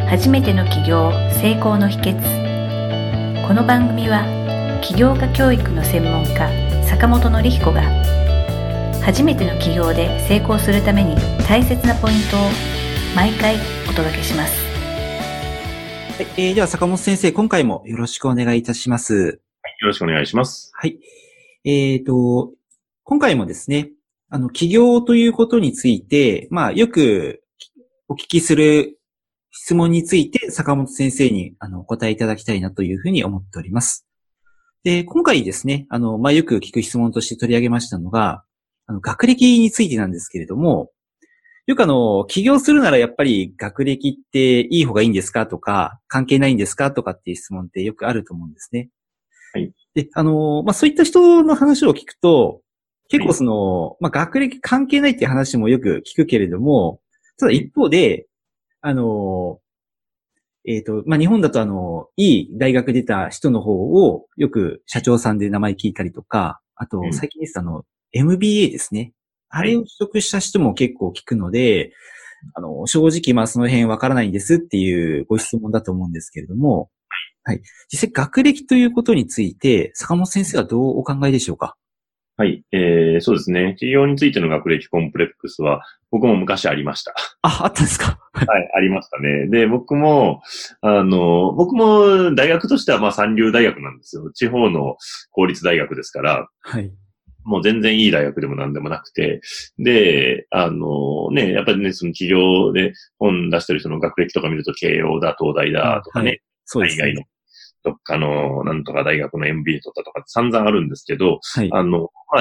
初めての起業成功の秘訣。この番組は起業家教育の専門家坂本典彦が初めての起業で成功するために大切なポイントを毎回お届けします。 はい、では坂本先生、今回もよろしくお願いいたします。はい、よろしくお願いします。 はい。今回もですね、起業ということについて、よくお聞きする質問について坂本先生にお答えいただきたいなというふうに思っております。で、今回ですね、よく聞く質問として取り上げましたのが、学歴についてなんですけれども、よく起業するならやっぱり学歴っていい方がいいんですかとか、関係ないんですかとかっていう質問ってよくあると思うんですね。 はい。 で、そういった人の話を聞くと、結構学歴関係ないっていう話もよく聞くけれども、ただ一方で、日本だといい大学出た人の方をよく社長さんで名前聞いたりとか、あと最近ですMBA ですね。あれを取得した人も結構聞くので、正直その辺わからないんですっていうご質問だと思うんですけれども、はい。実際学歴ということについて、坂本先生はどうお考えでしょうか？ はい。そうですね。起業についての学歴コンプレックスは、僕も昔ありました。 あったんですか？ はい、ありましたね。で、僕も大学としては三流大学なんですよ。地方の公立大学ですから。 はい。 もう全然いい大学でもなんでもなくて。で、やっぱりね、その起業で本出してる人の学歴とか見ると、慶応だ、東大だとかね。はい、 そうですね。 海外のどっかのなんとか大学の MBA 取ったとか散々あるんですけど、はい、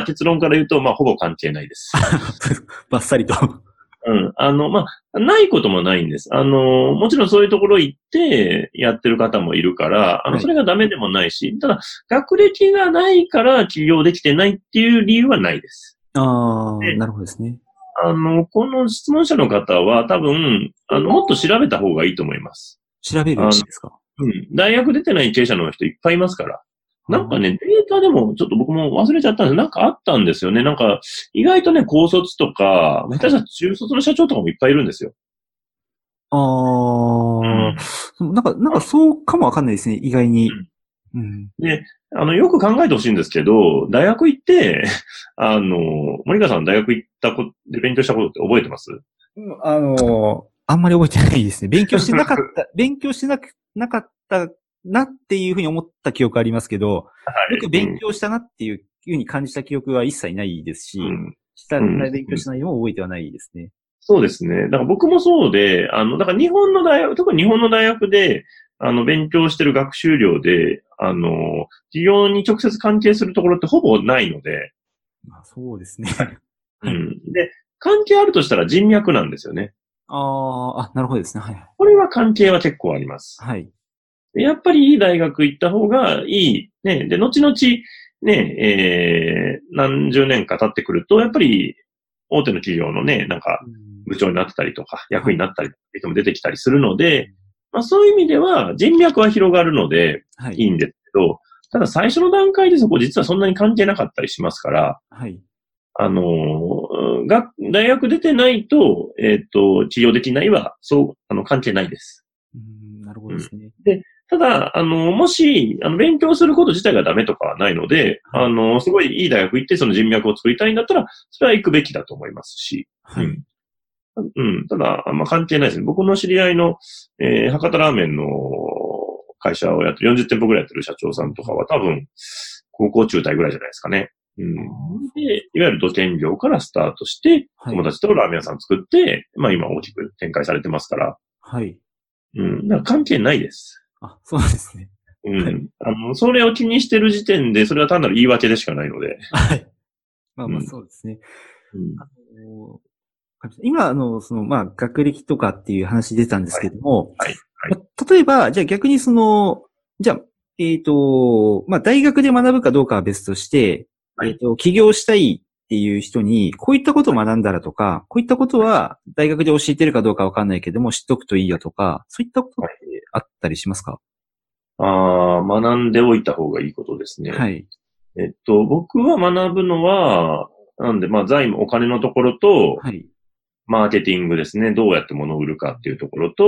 結論から言うと、ほぼ関係ないです。 バッサリと。 うん。ないこともないんです。もちろんそういうところ行ってやってる方もいるから、それがダメでもないし、ただ、学歴がないから起業できてないっていう理由はないです。 なるほどですね。 この質問者の方は多分、もっと調べた方がいいと思います。 調べるんですか？ うん。大学出てない経営者の人いっぱいいますから。なんかね、データでもちょっと僕も忘れちゃったんです。なんかあったんですよね。なんか、意外とね、高卒とか、下手したら中卒の社長とかもいっぱいいるんですよ。 なんかそうかもわかんないですね、意外に。 うん。で、よく考えてほしいんですけど、大学行って、森川さん大学行ったことで勉強したことって覚えてます？ あんまり覚えてないですね。勉強してなかったなっていうふうに思った記憶ありますけど、よく勉強したなっていうふうに感じた記憶は一切ないですし、勉強した内容も覚えてはないですね。 そうですね。だから僕もそうで、だから日本の大学、特に日本の大学で、勉強してる学習量で、企業に直接関係するところってほぼないので。 そうですね。 うん。で、関係あるとしたら人脈なんですよね。 なるほどですね。はい。 これは関係は結構あります。 はい。 やっぱりいい大学行った方がいい。ね。で、後々、ね、何十年か経ってくると、やっぱり、大手の企業のね、なんか、部長になってたりとか、役員になったりとか、人も出てきたりするので、そういう意味では人脈は広がるので、いいんですけど、ただ最初の段階でそこ実はそんなに関係なかったりしますから、 はい。 大学出てないと、起業できないは、関係ないです。 なるほどですね。 で、ただ、もし、勉強すること自体がダメとかはないので、すごいいい大学行ってその人脈を作りたいんだったら、それは行くべきだと思いますし、 はい。 ただ、関係ないですね。僕の知り合いの、博多ラーメンの会社をやって40店舗ぐらいやってる社長さんとかは多分、高校中退ぐらいじゃないですかね。で、いわゆる土建業からスタートして、友達とラーメン屋さん作って、今大きく展開されてますから。 はい。 だから関係ないです。 そうですね。 それを気にしてる時点で、それは単なる言い訳でしかないので。 はい。そうですね。今、学歴とかっていう話出たんですけども、例えば、じゃあ逆に大学で学ぶかどうかは別として、起業したいっていう人に、こういったことを学んだらとか、こういったことは大学で教えてるかどうかわかんないけども、知っとくといいよとか、そういったことってあったりしますか？ 学んでおいた方がいいことですね。 はい。 僕は学ぶのは、なんで、財務、お金のところと、マーケティングですね。どうやって物を売るかっていうところと、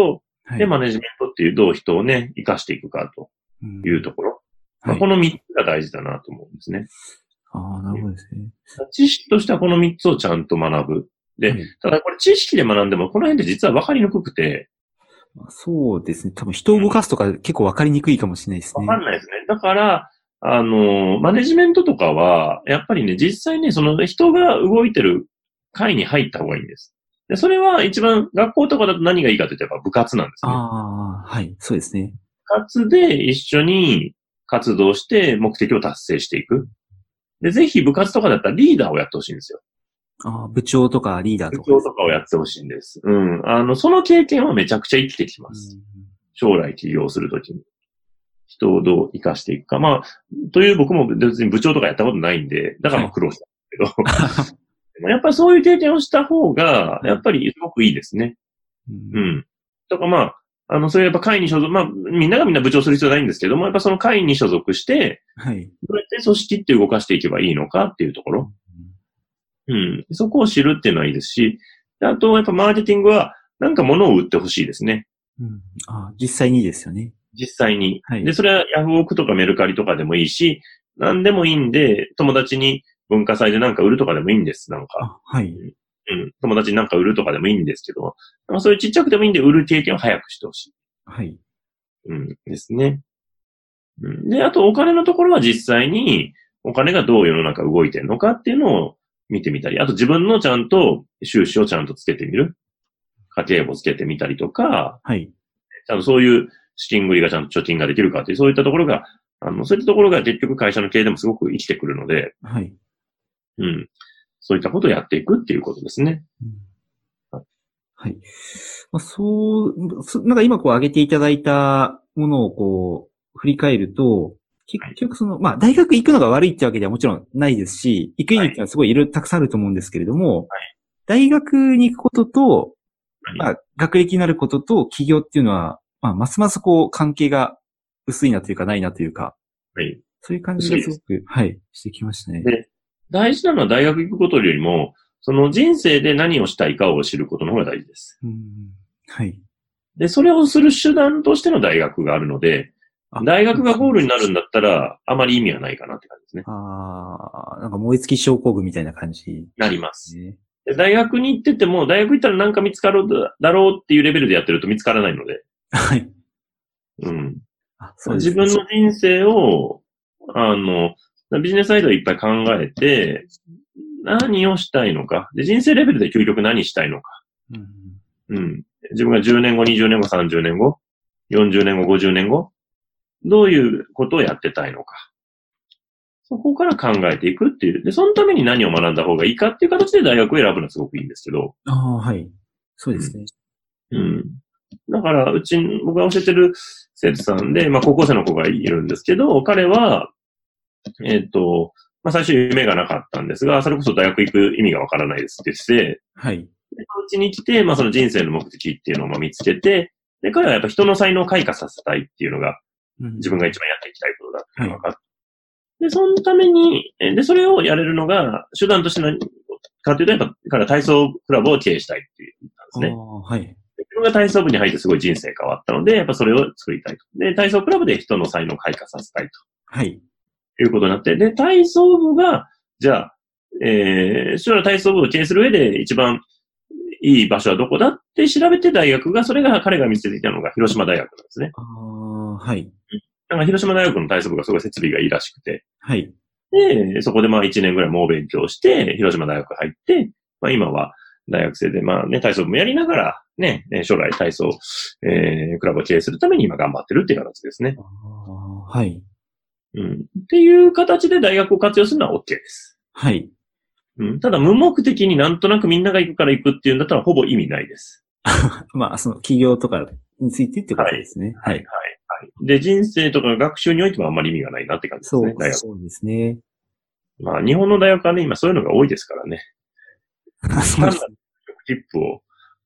で、マネジメントっていうどう人をね、活かしていくかというところ。この3つが大事だなと思うんですね。 なるほどですね。 知識としてはこの3つをちゃんと学ぶ。で、ただこれ知識で学んでもこの辺で実は分かりにくくて。 そうですね。多分人を動かすとか結構分かりにくいかもしれないですね。 分かんないですね。だから、マネジメントとかは、やっぱりね、実際ね、その人が動いてる会に入った方がいいんです。で、それは一番、学校とかだと何がいいかというとやっぱ部活なんですね。 はい、そうですね。 部活で一緒に活動して目的を達成していく。で、ぜひ部活とかだったらリーダーをやってほしいんですよ。 部長とかリーダーとか。 部長とかをやってほしいんです。その経験はめちゃくちゃ生きてきます。将来起業するときに。人をどう活かしていくか。という僕も別に部長とかやったことないんで、だから苦労したんですけど。やっぱりそういう経験をした方が、やっぱりすごくいいですね。とかそれやっぱ会に所属、みんながみんな部長する必要ないんですけども、やっぱその会に所属して、どうやって組織って動かしていけばいいのかっていうところ。そこを知るっていうのはいいですし、あとやっぱマーケティングはなんか物を売ってほしいですね。 実際にですよね。 実際に。で、それはヤフオクとかメルカリとかでもいいし、何でもいいんで、友達に文化祭でなんか売るとかでもいいんです、なんか。友達になんか売るとかでもいいんですけど、そういうちっちゃくてもいいんで、売る経験を早くしてほしい。ですね。で、あとお金のところは実際にお金がどう世の中動いてるのかっていうのを見てみたり、あと自分のちゃんと収支をちゃんとつけてみる。家計簿つけてみたりとか、ちゃんとそういう資金繰りがちゃんと貯金ができるかっていう、そういったところが、そういったところが結局会社の経営でもすごく生きてくるので、そういったことをやっていくっていうことですね。 なんか今挙げていただいたものを振り返ると、結局大学行くのが悪いってわけではもちろんないですし、行く意味っていうのはすごいたくさんあると思うんですけれども、大学に行くことと、学歴になることと起業っていうのは、ますます関係が薄いなというかないなというか、そういう感じがすごく、してきましたね。 で、大事なのは大学行くことよりも、その人生で何をしたいかを知ることの方が大事です。で、それをする手段としての大学があるので、大学がゴールになるんだったら、あまり意味はないかなって感じですね。 なんか燃え尽き症候群みたいな感じ。 なります。で大学に行ってても、大学行ったらなんか見つかるだろうっていうレベルでやってると見つからないので。自分の人生を、ビジネスサイドでいっぱい考えて、何をしたいのか。で、人生レベルで究極何したいのか。自分が10年後、20年後、30年後、40年後、50年後、どういうことをやってたいのか。そこから考えていくっていう。で、そのために何を学んだ方がいいかっていう形で大学を選ぶのはすごくいいんですけど。 そうですね。 だから、僕が教えてる生徒さんで、高校生の子がいるんですけど、彼は、最初夢がなかったんですが、それこそ大学行く意味がわからないですって言ってて、うちに来て、その人生の目的っていうのを見つけて、で、彼はやっぱ人の才能を開花させたいっていうのが、自分が一番やっていきたいことだっていうのが分かって、で、そのために、で、それをやれるのが、手段として何かというと、やっぱ彼は体操クラブを経営したいって言ったんですね。自分が体操部に入ってすごい人生変わったので、やっぱそれを作りたいと。で、体操クラブで人の才能を開花させたいと。いうことになって、で、体操部が、じゃあ、将来体操部を経営する上で一番いい場所はどこだって調べて大学が、それが彼が見つけてきたのが広島大学なんですね。だから広島大学の体操部がすごい設備がいいらしくて。で、そこで1年ぐらい猛勉強して、広島大学入って、今は大学生で、体操部もやりながら、将来体操、クラブを経営するために今頑張ってるっていう形ですね。っていう形で大学を活用するのは OK です。ただ無目的になんとなくみんなが行くから行くっていうんだったらほぼ意味ないです。 その企業とかについてってことですね。 で、人生とか学習においてもあんまり意味がないなって感じですね。 そうですね。 日本の大学はね、今そういうのが多いですからね。そうですね。切符を、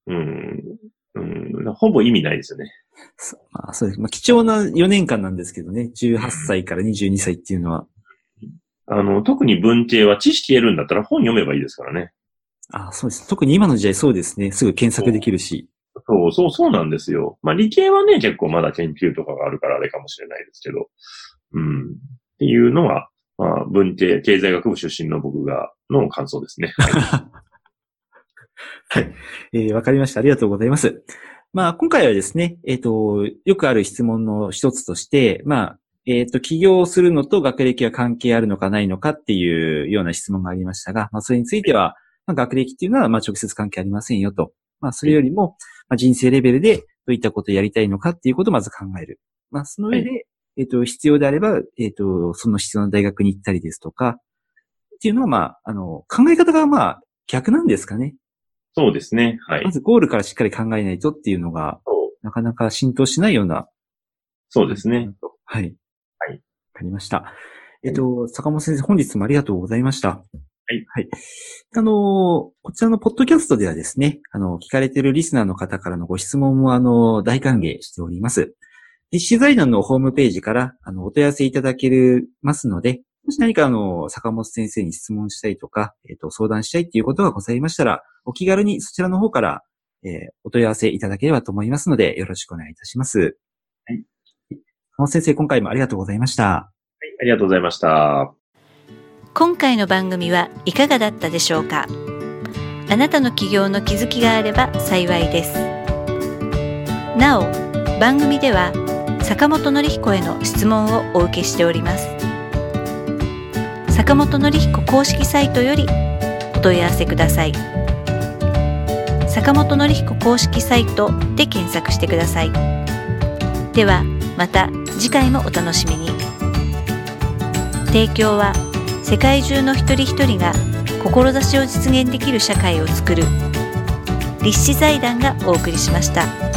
ほぼ意味ないですよね。 そうです。貴重な4年間なんですけどね。18歳から22歳っていうのは。 特に文系は知識得るんだったら本読めばいいですからね。 そうです。特に今の時代そうですね。すぐ検索できるし。 そうなんですよ。まあ理系はね、結構まだ研究とかがあるからあれかもしれないですけど。っていうのは、まあ文系、経済学部出身の僕の感想ですね。 はい。わかりました。ありがとうございます。まあ今回はですね、よくある質問の一つとして、まあ、起業するのと学歴は関係あるのかないのかっていうような質問がありましたが、まあそれについては、まあ、学歴っていうのはまあ直接関係ありませんよと。まあそれよりも、まあ、人生レベルでどういったことをやりたいのかっていうことをまず考える。まあその上で、必要であれば、その必要な大学に行ったりですとか、っていうのはまあ、考え方がまあ逆なんですかね。 そうですね。はい。 まずゴールからしっかり考えないとっていうのが、なかなか浸透しないような。 そうですね。 はい。 はい。 わかりました。坂本先生、本日もありがとうございました。 はい。 はい。こちらのポッドキャストではですね、聞かれているリスナーの方からのご質問も大歓迎しております。実施財団のホームページから、お問い合わせいただけますので、もし何か坂本先生に質問したいとか、相談したいっていうことがございましたら、お気軽にそちらの方から、お問い合わせいただければと思いますので、よろしくお願いいたします。はい。坂本先生、今回もありがとうございました。はい、 ありがとうございました。 今回の番組はいかがだったでしょうか。あなたの起業の気づきがあれば幸いです。なお、番組では坂本典彦への質問をお受けしております。坂本典彦公式サイトよりお問い合わせください。坂本典彦公式サイトで検索してください。ではまた次回もお楽しみに。提供は世界中の一人一人が志を実現できる社会を作る立志財団がお送りしました。